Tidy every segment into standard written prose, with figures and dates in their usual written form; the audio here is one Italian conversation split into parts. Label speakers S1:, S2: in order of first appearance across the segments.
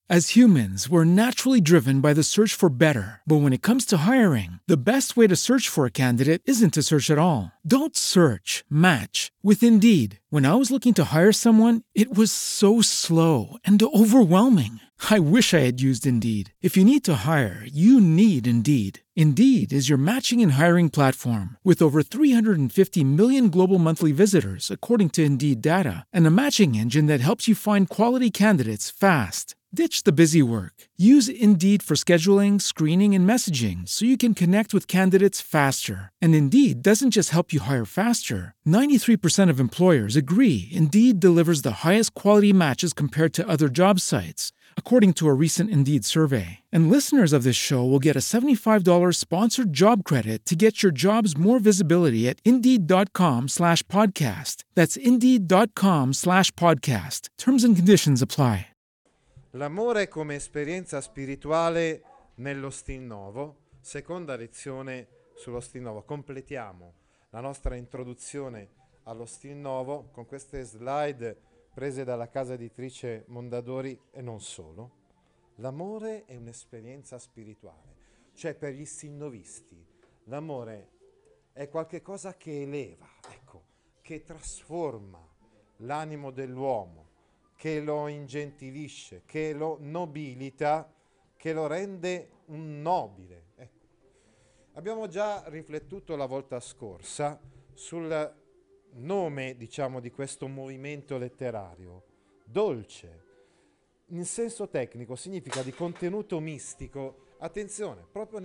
S1: As humans, we're naturally driven by the search for better. But when it comes to hiring, the best way to search for a candidate isn't to search at all. Don't search, match with Indeed. When I was looking to hire someone, it was so slow and overwhelming. I wish I had used Indeed. If you need to hire, you need Indeed. Indeed is your matching and hiring platform with over 350 million global monthly visitors, according to Indeed data, and a matching engine that helps you find quality candidates fast. Ditch the busy work. Use Indeed for scheduling, screening, and messaging so you can connect with candidates faster. And Indeed doesn't just help you hire faster. 93% of employers agree Indeed delivers the highest quality matches compared to other job sites, according to a recent Indeed survey. And listeners of this show will get a $75 sponsored job credit to get your jobs more visibility at Indeed.com/podcast. That's Indeed.com/podcast. Terms and conditions apply.
S2: L'amore come esperienza spirituale nello stil nuovo, seconda lezione sullo stil nuovo. Completiamo la nostra introduzione allo stil nuovo con queste slide prese dalla casa editrice Mondadori e non solo. L'amore è un'esperienza spirituale, cioè per gli stilnovisti l'amore è qualche cosa che eleva, ecco, che trasforma l'animo dell'uomo, che lo ingentilisce, che lo nobilita, che lo rende un nobile. Ecco. Abbiamo già riflettuto la volta scorsa sul nome, diciamo, di questo movimento letterario. Dolce, in senso tecnico, significa di contenuto mistico. Attenzione, proprio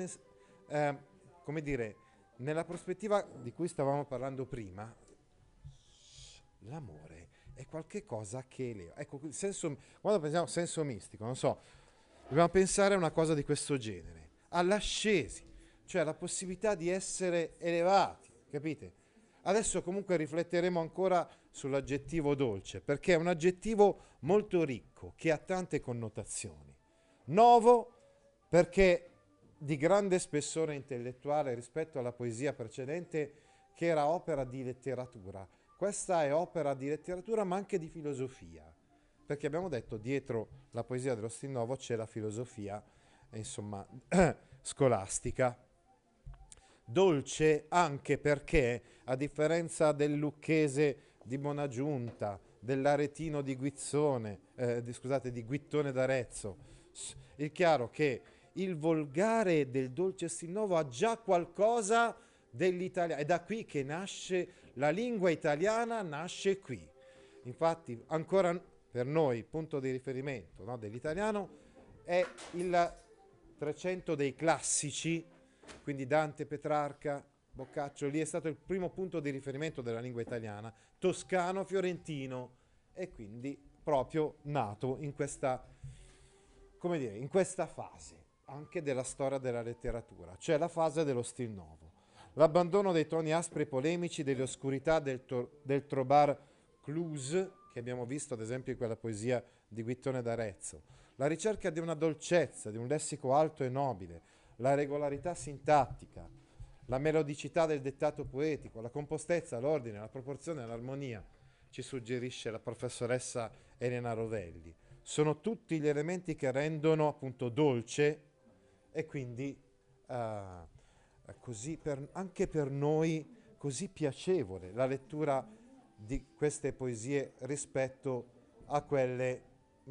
S2: come dire, nella prospettiva di cui stavamo parlando prima, l'amore è qualche cosa che eleva. Ecco, il senso, quando pensiamo al senso mistico, non so, dobbiamo pensare a una cosa di questo genere, all'ascesi, cioè la possibilità di essere elevati, capite? Adesso comunque rifletteremo ancora sull'aggettivo dolce, perché è un aggettivo molto ricco, che ha tante connotazioni. Novo, perché di grande spessore intellettuale rispetto alla poesia precedente, che era opera di letteratura. Questa è opera di letteratura ma anche di filosofia, perché abbiamo detto dietro la poesia dello stil nuovo c'è la filosofia, insomma, scolastica. Dolce anche perché, a differenza del lucchese di Buonagiunta, dell'aretino di Guizzone, di Guittone d'Arezzo, è chiaro che il volgare del dolce stil nuovo ha già qualcosa dell'italiano, è da qui che nasce la lingua italiana, nasce qui. Infatti ancora per noi il punto di riferimento, no, dell'italiano è il 300 dei classici, quindi Dante, Petrarca, Boccaccio. Lì è stato il primo punto di riferimento della lingua italiana, toscano, fiorentino, e quindi proprio nato in questa, come dire, in questa fase anche della storia della letteratura, cioè la fase dello stil nuovo. L'abbandono dei toni aspri e polemici, delle oscurità del trobar cluse, che abbiamo visto ad esempio in quella poesia di Guittone d'Arezzo, la ricerca di una dolcezza, di un lessico alto e nobile, la regolarità sintattica, la melodicità del dettato poetico, la compostezza, l'ordine, la proporzione, l'armonia, ci suggerisce la professoressa Elena Rovelli. Sono tutti gli elementi che rendono appunto dolce e quindi così anche per noi così piacevole la lettura di queste poesie rispetto a quelle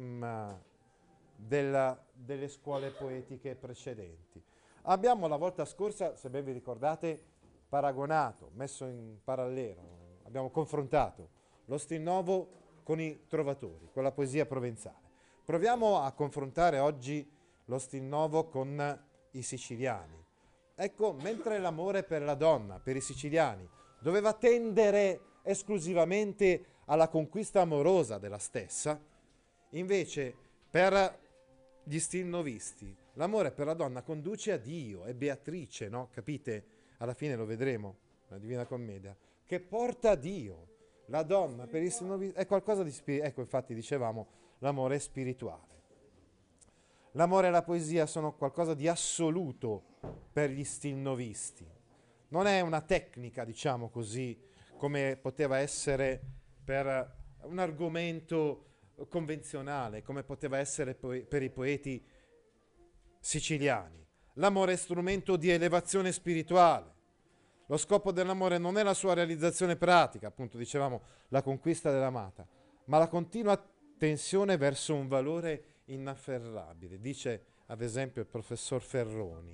S2: delle scuole poetiche precedenti. Abbiamo la volta scorsa, se ben vi ricordate, paragonato, messo in parallelo, abbiamo confrontato lo stil nuovo con i trovatori, con la poesia provenzale. Proviamo a confrontare oggi lo stil nuovo con i siciliani. Ecco, mentre l'amore per la donna, per i siciliani, doveva tendere esclusivamente alla conquista amorosa della stessa, invece per gli stilnovisti l'amore per la donna conduce a Dio, è Beatrice, no? Capite? Alla fine lo vedremo, la Divina Commedia, che porta a Dio. La donna per gli stilnovisti è qualcosa di spirituale. Ecco, infatti dicevamo, l'amore è spirituale. L'amore e la poesia sono qualcosa di assoluto per gli stilnovisti. Non è una tecnica, diciamo così, come poteva essere per un argomento convenzionale, come poteva essere per i poeti siciliani. L'amore è strumento di elevazione spirituale. Lo scopo dell'amore non è la sua realizzazione pratica, appunto dicevamo la conquista dell'amata, ma la continua tensione verso un valore inafferrabile, dice ad esempio il professor Ferroni.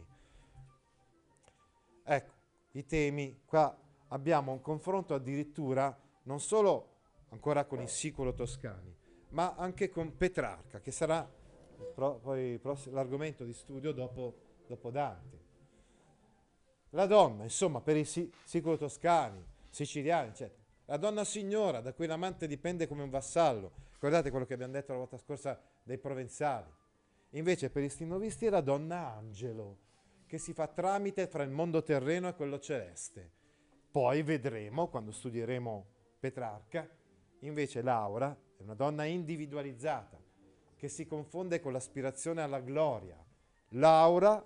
S2: Ecco, i temi, qua abbiamo un confronto addirittura non solo ancora con i siculo-toscani, ma anche con Petrarca, che sarà poi l'argomento di studio dopo Dante. La donna, insomma, per i siculo-toscani, siciliani, eccetera, la donna signora, da cui l'amante dipende come un vassallo. Ricordate quello che abbiamo detto la volta scorsa dei provenzali. Invece per i stinovisti è la donna angelo, che si fa tramite fra il mondo terreno e quello celeste. Poi vedremo, quando studieremo Petrarca, invece Laura è una donna individualizzata, che si confonde con l'aspirazione alla gloria. Laura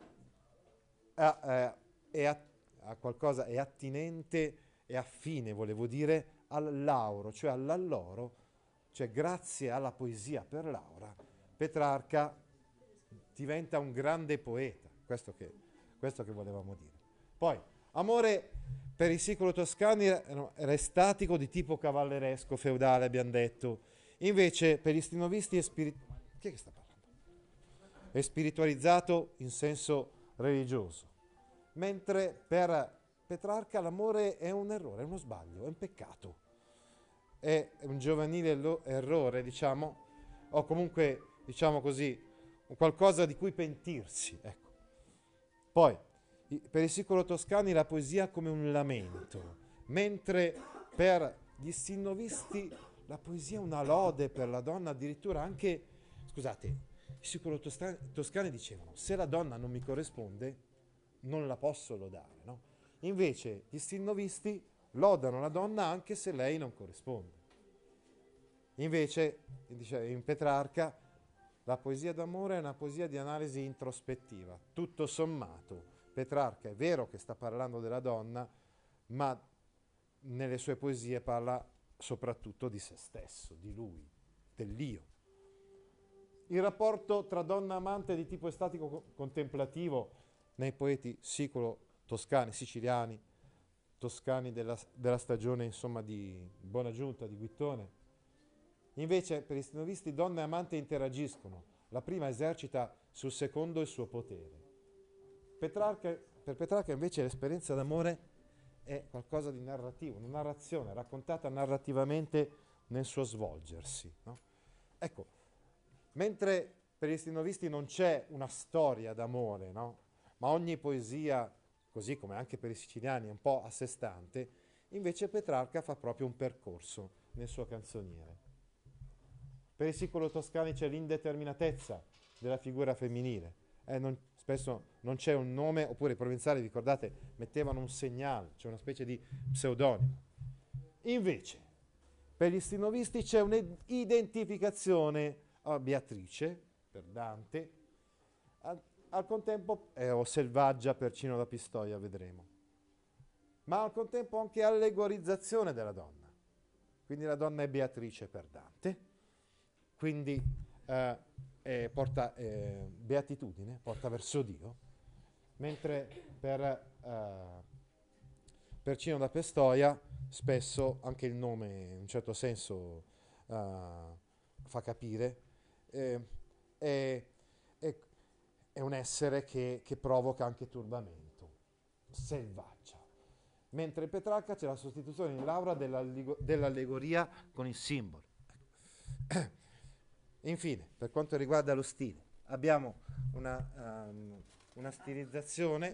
S2: è qualcosa, è attinente e affine, volevo dire, al lauro, cioè all'alloro, cioè grazie alla poesia per Laura, Petrarca diventa un grande poeta, questo che volevamo dire. Poi, amore per i siculo-toscani era estatico di tipo cavalleresco, feudale, abbiamo detto, invece per gli stinovisti chi è che sta parlando? È spiritualizzato in senso religioso. Mentre per Petrarca l'amore è un errore, è uno sbaglio, è un peccato, è un giovanile errore, diciamo, o comunque, diciamo così, qualcosa di cui pentirsi, ecco. Poi, per i siculo-toscani la poesia come un lamento, mentre per gli stinovisti la poesia è una lode per la donna, addirittura anche, scusate, i siculo-toscani dicevano, se la donna non mi corrisponde, non la posso lodare, no? Invece gli stinovisti lodano la donna anche se lei non corrisponde. Invece, in Petrarca, la poesia d'amore è una poesia di analisi introspettiva. Tutto sommato, Petrarca è vero che sta parlando della donna, ma nelle sue poesie parla soprattutto di se stesso, di lui, dell'io. Il rapporto tra donna e amante di tipo estatico contemplativo nei poeti siculo-toscani, siciliani, toscani della stagione, insomma, di Buonaggiunta, di Guittone. Invece per i stinovisti donna e amante interagiscono, la prima esercita sul secondo il suo potere. Per Petrarca invece l'esperienza d'amore è qualcosa di narrativo, una narrazione raccontata narrativamente nel suo svolgersi, no? Ecco, mentre per gli stinovisti non c'è una storia d'amore, no? Ma ogni poesia, così come anche per i siciliani, è un po' a sé stante, invece Petrarca fa proprio un percorso nel suo canzoniere. Per i siculo-toscani c'è l'indeterminatezza della figura femminile. Spesso non c'è un nome, oppure i provenzali, ricordate, mettevano un segnale, c'è una specie di pseudonimo. Invece, per gli stinovisti c'è un'identificazione a Beatrice, per Dante, al contempo, o selvaggia per Cino da Pistoia, vedremo, ma al contempo anche allegorizzazione della donna. Quindi la donna è Beatrice per Dante, quindi porta beatitudine, porta verso Dio, mentre per Cino da Pistoia spesso anche il nome in un certo senso fa capire, è un essere che provoca anche turbamento, selvaggia. Mentre in Petrarca c'è la sostituzione in Laura dell'allegoria con il simbolo. Infine, per quanto riguarda lo stile, abbiamo una stilizzazione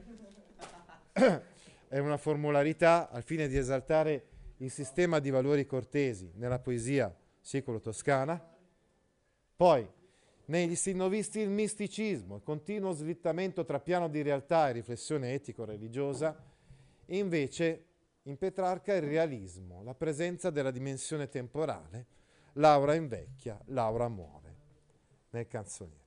S2: e una formularità al fine di esaltare il sistema di valori cortesi nella poesia siculo-toscana. Poi, negli stinovisti il misticismo, il continuo slittamento tra piano di realtà e riflessione etico-religiosa, e invece in Petrarca il realismo, la presenza della dimensione temporale. Laura invecchia, Laura muore nel canzoniere.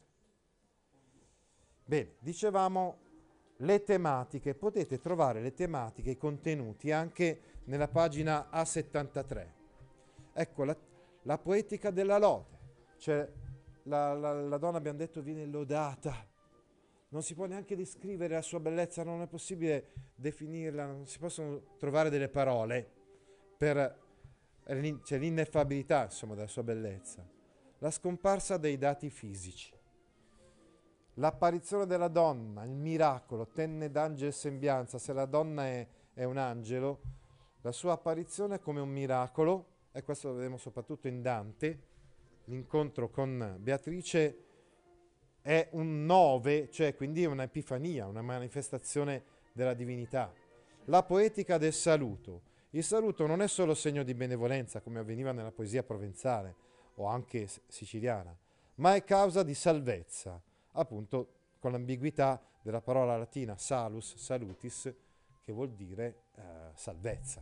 S2: Bene, dicevamo le tematiche, potete trovare le tematiche, i contenuti anche nella pagina A73. Ecco, la poetica della lode. Cioè, la donna, abbiamo detto, viene lodata. Non si può neanche descrivere la sua bellezza, non è possibile definirla, non si possono trovare delle parole per c'è l'ineffabilità, insomma, della sua bellezza. La scomparsa dei dati fisici. L'apparizione della donna, il miracolo, tenne d'angelo sembianza. Se la donna è un angelo, la sua apparizione è come un miracolo, e questo lo vedremo soprattutto in Dante. L'incontro con Beatrice è un 9, cioè quindi un'epifania, una manifestazione della divinità. La poetica del saluto. Il saluto non è solo segno di benevolenza, come avveniva nella poesia provenzale o anche siciliana, ma è causa di salvezza, appunto con l'ambiguità della parola latina salus, salutis, che vuol dire salvezza.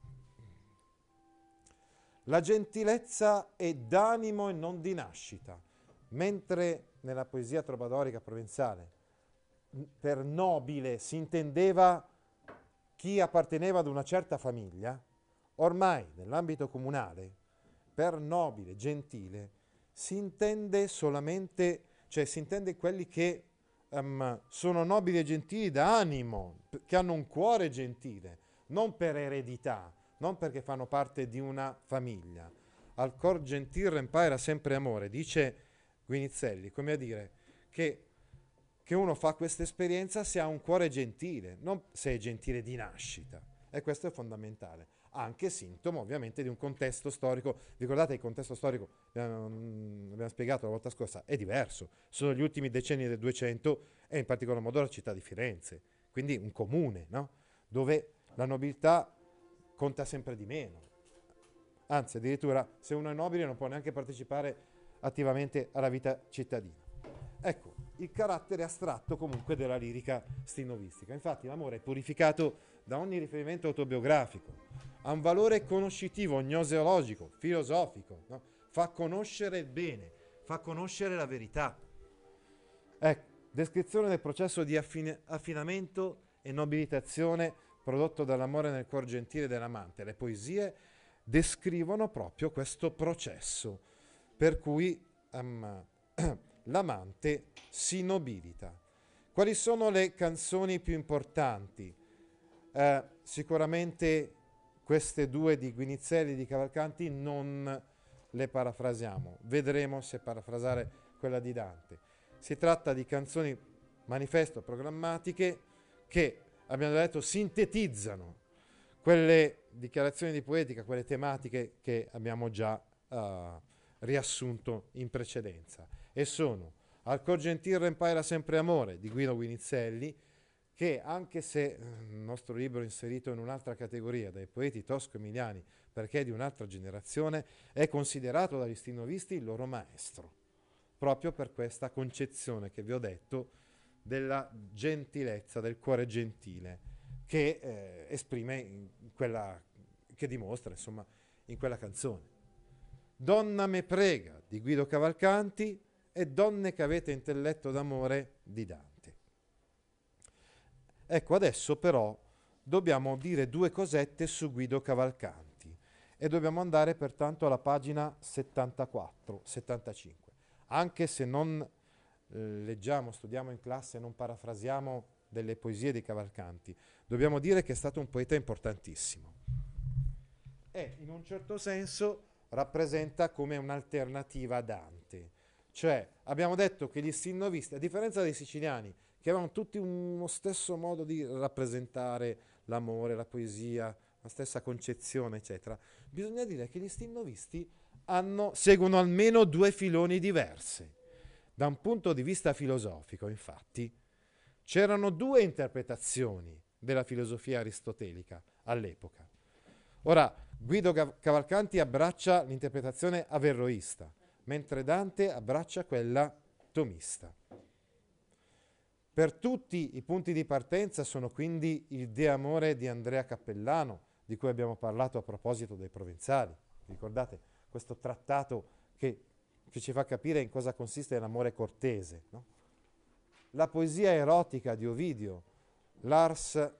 S2: La gentilezza è d'animo e non di nascita, mentre nella poesia trovadorica provenzale per nobile si intendeva chi apparteneva ad una certa famiglia, ormai nell'ambito comunale per nobile, gentile si intende solamente, cioè si intende quelli che sono nobili e gentili da animo, che hanno un cuore gentile, non per eredità, non perché fanno parte di una famiglia. Al cor gentil rempaira sempre amore, dice Guinizelli, come a dire che uno fa questa esperienza se ha un cuore gentile, non se è gentile di nascita. E questo è fondamentale. Anche sintomo ovviamente di un contesto storico. Ricordate il contesto storico, abbiamo spiegato la volta scorsa, è diverso. Sono gli ultimi decenni del 200 e in particolar modo la città di Firenze. Quindi un comune, no? Dove la nobiltà conta sempre di meno. Anzi, addirittura se uno è nobile non può neanche partecipare attivamente alla vita cittadina. Ecco, il carattere astratto comunque della lirica stinovistica. Infatti l'amore è purificato da ogni riferimento autobiografico, ha un valore conoscitivo, gnoseologico, filosofico, no? Fa conoscere il bene, fa conoscere la verità. Ecco, descrizione del processo di affinamento e nobilitazione prodotto dall'amore nel cor gentile dell'amante. Le poesie descrivono proprio questo processo per cui l'amante si nobilita. Quali sono le canzoni più importanti? Sicuramente queste due di Guinizelli e di Cavalcanti non le parafrasiamo, vedremo se parafrasare quella di Dante. Si tratta di canzoni manifesto programmatiche che, abbiamo detto, sintetizzano quelle dichiarazioni di poetica, quelle tematiche che abbiamo già riassunto in precedenza, e sono Al cor gentil rempaira sempre amore di Guido Guinizelli, che anche se il nostro libro è inserito in un'altra categoria dai poeti tosco-emiliani perché è di un'altra generazione, è considerato dagli stinovisti il loro maestro, proprio per questa concezione che vi ho detto della gentilezza, del cuore gentile, che esprime in quella, che dimostra insomma in quella canzone. Donna me prega di Guido Cavalcanti e Donne che avete intelletto d'amore di Dante. Ecco, adesso però dobbiamo dire due cosette su Guido Cavalcanti e dobbiamo andare pertanto alla pagina 74-75. Anche se non leggiamo, studiamo in classe, non parafrasiamo delle poesie di Cavalcanti, dobbiamo dire che è stato un poeta importantissimo e in un certo senso rappresenta come un'alternativa a Dante. Cioè, abbiamo detto che gli stinnovisti, a differenza dei siciliani, che avevano tutti uno stesso modo di rappresentare l'amore, la poesia, la stessa concezione, eccetera, bisogna dire che gli stinnovisti seguono almeno due filoni diversi. Da un punto di vista filosofico, infatti, c'erano due interpretazioni della filosofia aristotelica all'epoca. Ora, Guido Cavalcanti abbraccia l'interpretazione averroista, mentre Dante abbraccia quella tomista. Per tutti i punti di partenza sono quindi il De Amore di Andrea Cappellano, di cui abbiamo parlato a proposito dei Provenzali. Ricordate questo trattato che ci fa capire in cosa consiste l'amore cortese, no? La poesia erotica di Ovidio, l'arte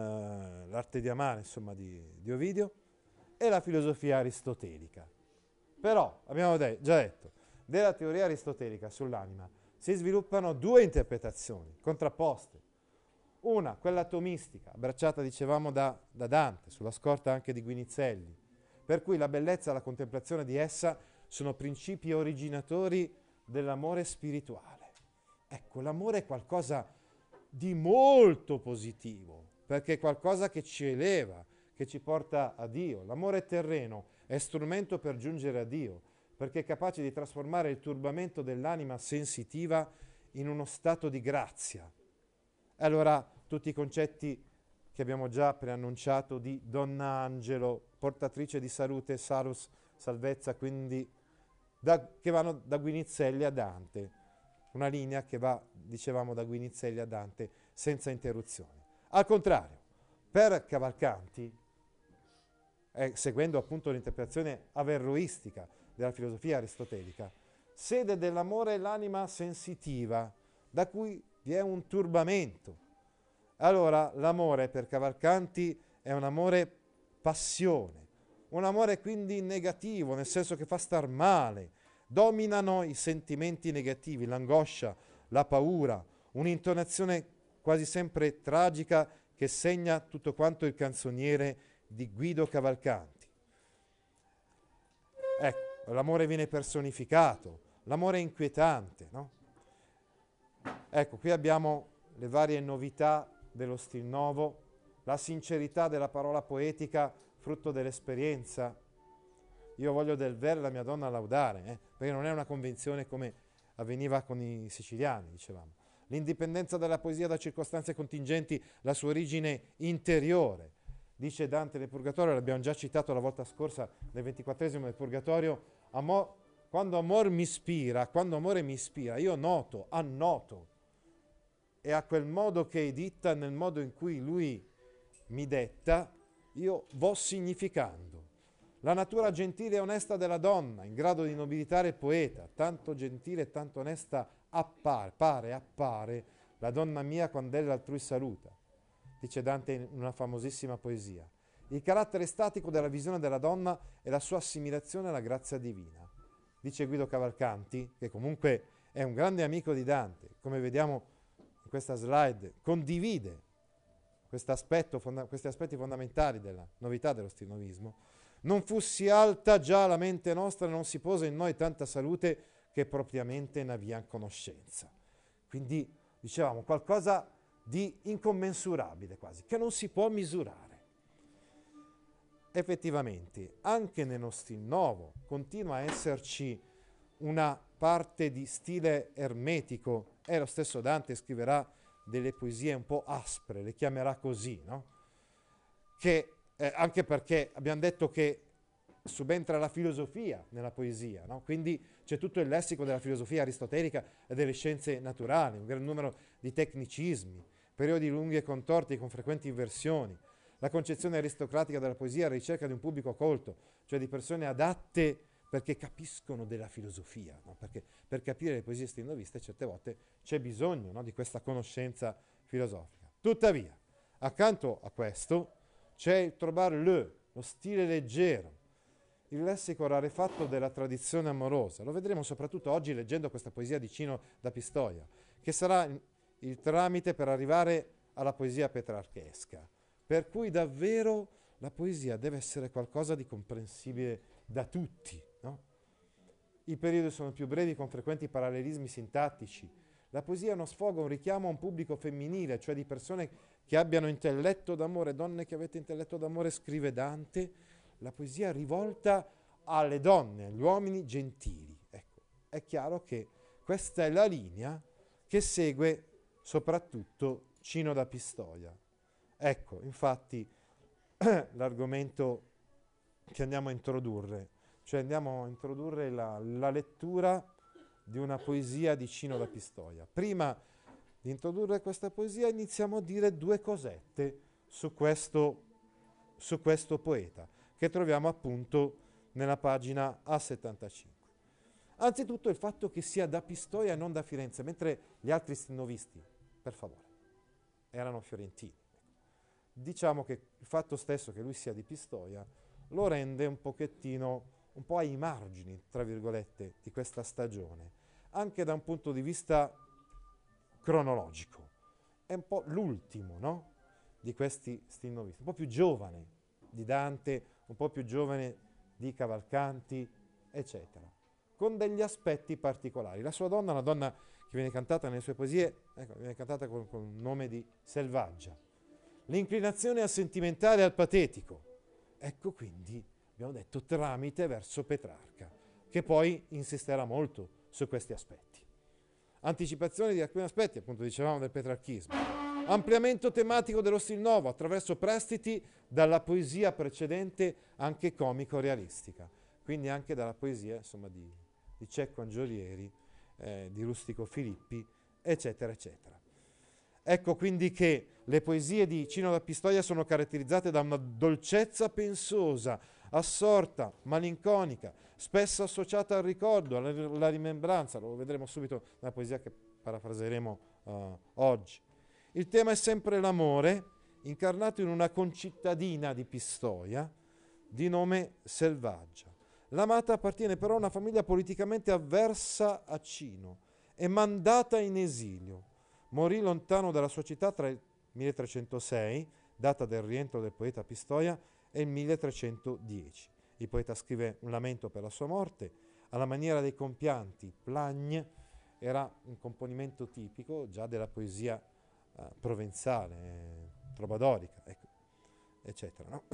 S2: di amare, insomma, di Ovidio, e la filosofia aristotelica. Però, abbiamo già detto, della teoria aristotelica sull'anima si sviluppano due interpretazioni contrapposte. Una, quella atomistica, abbracciata, dicevamo, da Dante, sulla scorta anche di Guinizelli, per cui la bellezza e la contemplazione di essa sono principi originatori dell'amore spirituale. Ecco, l'amore è qualcosa di molto positivo, perché è qualcosa che ci eleva, che ci porta a Dio. L'amore terreno è strumento per giungere a Dio, perché è capace di trasformare il turbamento dell'anima sensitiva in uno stato di grazia. Allora, tutti i concetti che abbiamo già preannunciato di Donna Angelo, portatrice di salute, salus, salvezza, quindi che vanno da Guinizelli a Dante, una linea che va, dicevamo, da Guinizelli a Dante senza interruzioni. Al contrario, per Cavalcanti, seguendo appunto l'interpretazione averroistica della filosofia aristotelica, sede dell'amore è l'anima sensitiva, da cui vi è un turbamento. Allora l'amore per Cavalcanti è un amore passione, un amore quindi negativo, nel senso che fa star male. Dominano i sentimenti negativi, l'angoscia, la paura, un'intonazione quasi sempre tragica che segna tutto quanto il canzoniere di Guido Cavalcanti. Ecco, l'amore viene personificato, l'amore è inquietante, no? Ecco, qui abbiamo le varie novità dello stil nuovo, la sincerità della parola poetica, frutto dell'esperienza. Io voglio del vero la mia donna laudare, perché non è una convenzione come avveniva con i siciliani, dicevamo. L'indipendenza della poesia da circostanze contingenti, la sua origine interiore. Dice Dante nel Purgatorio, l'abbiamo già citato la volta scorsa, nel 24esimo del Purgatorio, quando amore mi ispira, io annoto, e a quel modo che ditta, nel modo in cui lui mi detta, io vo significando. La natura gentile e onesta della donna, in grado di nobilitare il poeta, tanto gentile e tanto onesta appare la donna mia quando ella altrui saluta, dice Dante in una famosissima poesia. Il carattere statico della visione della donna è la sua assimilazione alla grazia divina. Dice Guido Cavalcanti, che comunque è un grande amico di Dante, come vediamo in questa slide, condivide questi aspetti fondamentali della novità dello stilnovismo. Non fussi alta già la mente nostra, non si pose in noi tanta salute che propriamente n'aviam conoscenza. Quindi, dicevamo, qualcosa di incommensurabile quasi, che non si può misurare. Effettivamente, anche nello stil nuovo continua a esserci una parte di stile ermetico, e lo stesso Dante scriverà delle poesie un po' aspre, le chiamerà così, no? Che anche perché abbiamo detto che subentra la filosofia nella poesia, no? Quindi c'è tutto il lessico della filosofia aristotelica e delle scienze naturali, un gran numero di tecnicismi, periodi lunghi e contorti con frequenti inversioni, la concezione aristocratica della poesia alla ricerca di un pubblico colto, cioè di persone adatte perché capiscono della filosofia, no? Perché per capire le poesie stilnoviste certe volte c'è bisogno, no, di questa conoscenza filosofica. Tuttavia, accanto a questo c'è il trobar lo stile leggero, il lessico rarefatto della tradizione amorosa. Lo vedremo soprattutto oggi leggendo questa poesia di Cino da Pistoia, che sarà il tramite per arrivare alla poesia petrarchesca. Per cui davvero la poesia deve essere qualcosa di comprensibile da tutti, no? I periodi sono più brevi con frequenti parallelismi sintattici. La poesia è uno sfogo, un richiamo a un pubblico femminile, cioè di persone che abbiano intelletto d'amore. Donne che avete intelletto d'amore, scrive Dante, la poesia rivolta alle donne, agli uomini gentili. Ecco, è chiaro che questa è la linea che segue soprattutto Cino da Pistoia. Ecco, infatti, l'argomento che andiamo a introdurre, cioè andiamo a introdurre la lettura di una poesia di Cino da Pistoia. Prima di introdurre questa poesia iniziamo a dire due cosette su questo poeta, che troviamo appunto nella pagina A75. Anzitutto il fatto che sia da Pistoia e non da Firenze, mentre gli altri stilnovisti, per favore, erano fiorentini. Diciamo che il fatto stesso che lui sia di Pistoia lo rende un pochettino un po' ai margini, tra virgolette, di questa stagione, anche da un punto di vista cronologico. È un po' l'ultimo, no? Di questi stilnovisti, un po' più giovane di Dante, un po' più giovane di Cavalcanti, eccetera, con degli aspetti particolari. La sua donna è una donna che viene cantata nelle sue poesie, ecco, viene cantata con il nome di Selvaggia. L'inclinazione al sentimentale e al patetico. Ecco quindi, abbiamo detto, tramite verso Petrarca, che poi insisterà molto su questi aspetti. Anticipazione di alcuni aspetti, appunto dicevamo, del petrarchismo. Ampliamento tematico dello stil nuovo attraverso prestiti dalla poesia precedente, anche comico-realistica, quindi anche dalla poesia, insomma, di Cecco Angiolieri, di Rustico Filippi, eccetera, eccetera. Ecco quindi che le poesie di Cino da Pistoia sono caratterizzate da una dolcezza pensosa, assorta, malinconica, spesso associata al ricordo, alla rimembranza. Lo vedremo subito nella poesia che parafraseremo oggi. Il tema è sempre l'amore, incarnato in una concittadina di Pistoia di nome Selvaggia. L'amata appartiene però a una famiglia politicamente avversa a Cino e mandata in esilio. Morì lontano dalla sua città tra il 1306, data del rientro del poeta a Pistoia, e il 1310. Il poeta scrive un lamento per la sua morte, alla maniera dei compianti. Plagne era un componimento tipico già della poesia provenzale, trovadorica, ecco, eccetera, no?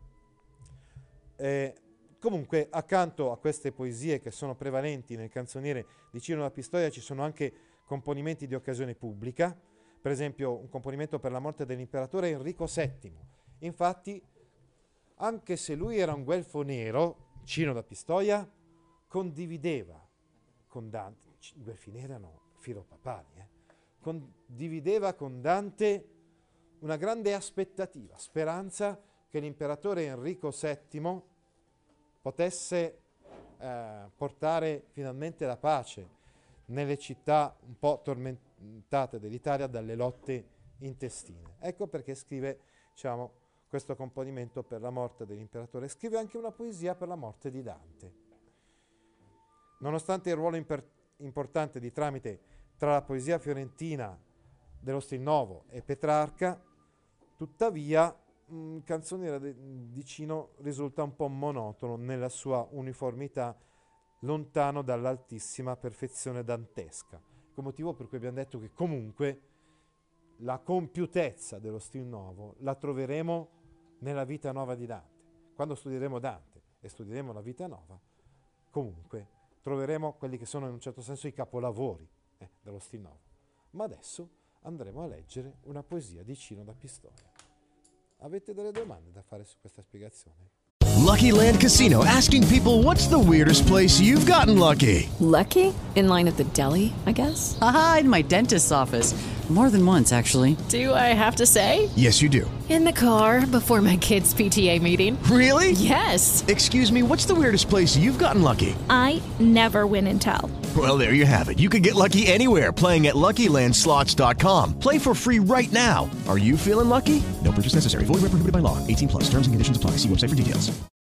S2: Comunque, accanto a queste poesie che sono prevalenti nel canzoniere di Cino da Pistoia, ci sono anche componimenti di occasione pubblica, per esempio un componimento per la morte dell'imperatore Enrico VII. Infatti, anche se lui era un guelfo nero, Cino da Pistoia condivideva con Dante, i guelfi neri erano filopapali, condivideva con Dante una grande aspettativa, speranza che l'imperatore Enrico VII potesse portare finalmente la pace nelle città un po' tormentate dell'Italia dalle lotte intestine. Ecco perché scrive, diciamo, questo componimento per la morte dell'imperatore. Scrive anche una poesia per la morte di Dante. Nonostante il ruolo importante di tramite tra la poesia fiorentina dello stil nuovo e Petrarca, tuttavia il canzoniere di Cino risulta un po' monotono nella sua uniformità, lontano dall'altissima perfezione dantesca, con motivo per cui abbiamo detto che comunque la compiutezza dello stil nuovo la troveremo nella vita nuova di Dante. Quando studieremo Dante e studieremo la vita nuova, comunque troveremo quelli che sono in un certo senso i capolavori dello stil nuovo. Ma adesso andremo a leggere una poesia di Cino da Pistoia. Avete delle domande da fare su questa spiegazione?
S3: Lucky Land Casino, asking people, what's the weirdest place you've gotten lucky?
S4: Lucky? In line at the deli, I guess?
S5: Aha, in my dentist's office. More than once, actually.
S4: Do I have to say?
S3: Yes, you do.
S4: In the car before my kids' PTA meeting.
S3: Really?
S4: Yes.
S3: Excuse me, what's the weirdest place you've gotten lucky?
S6: I never win and tell.
S3: Well, there you have it. You can get lucky anywhere, playing at LuckyLandSlots.com. Play for free right now. Are you feeling lucky? No purchase necessary. Void where prohibited by law. 18+. Terms and conditions apply. See website for details.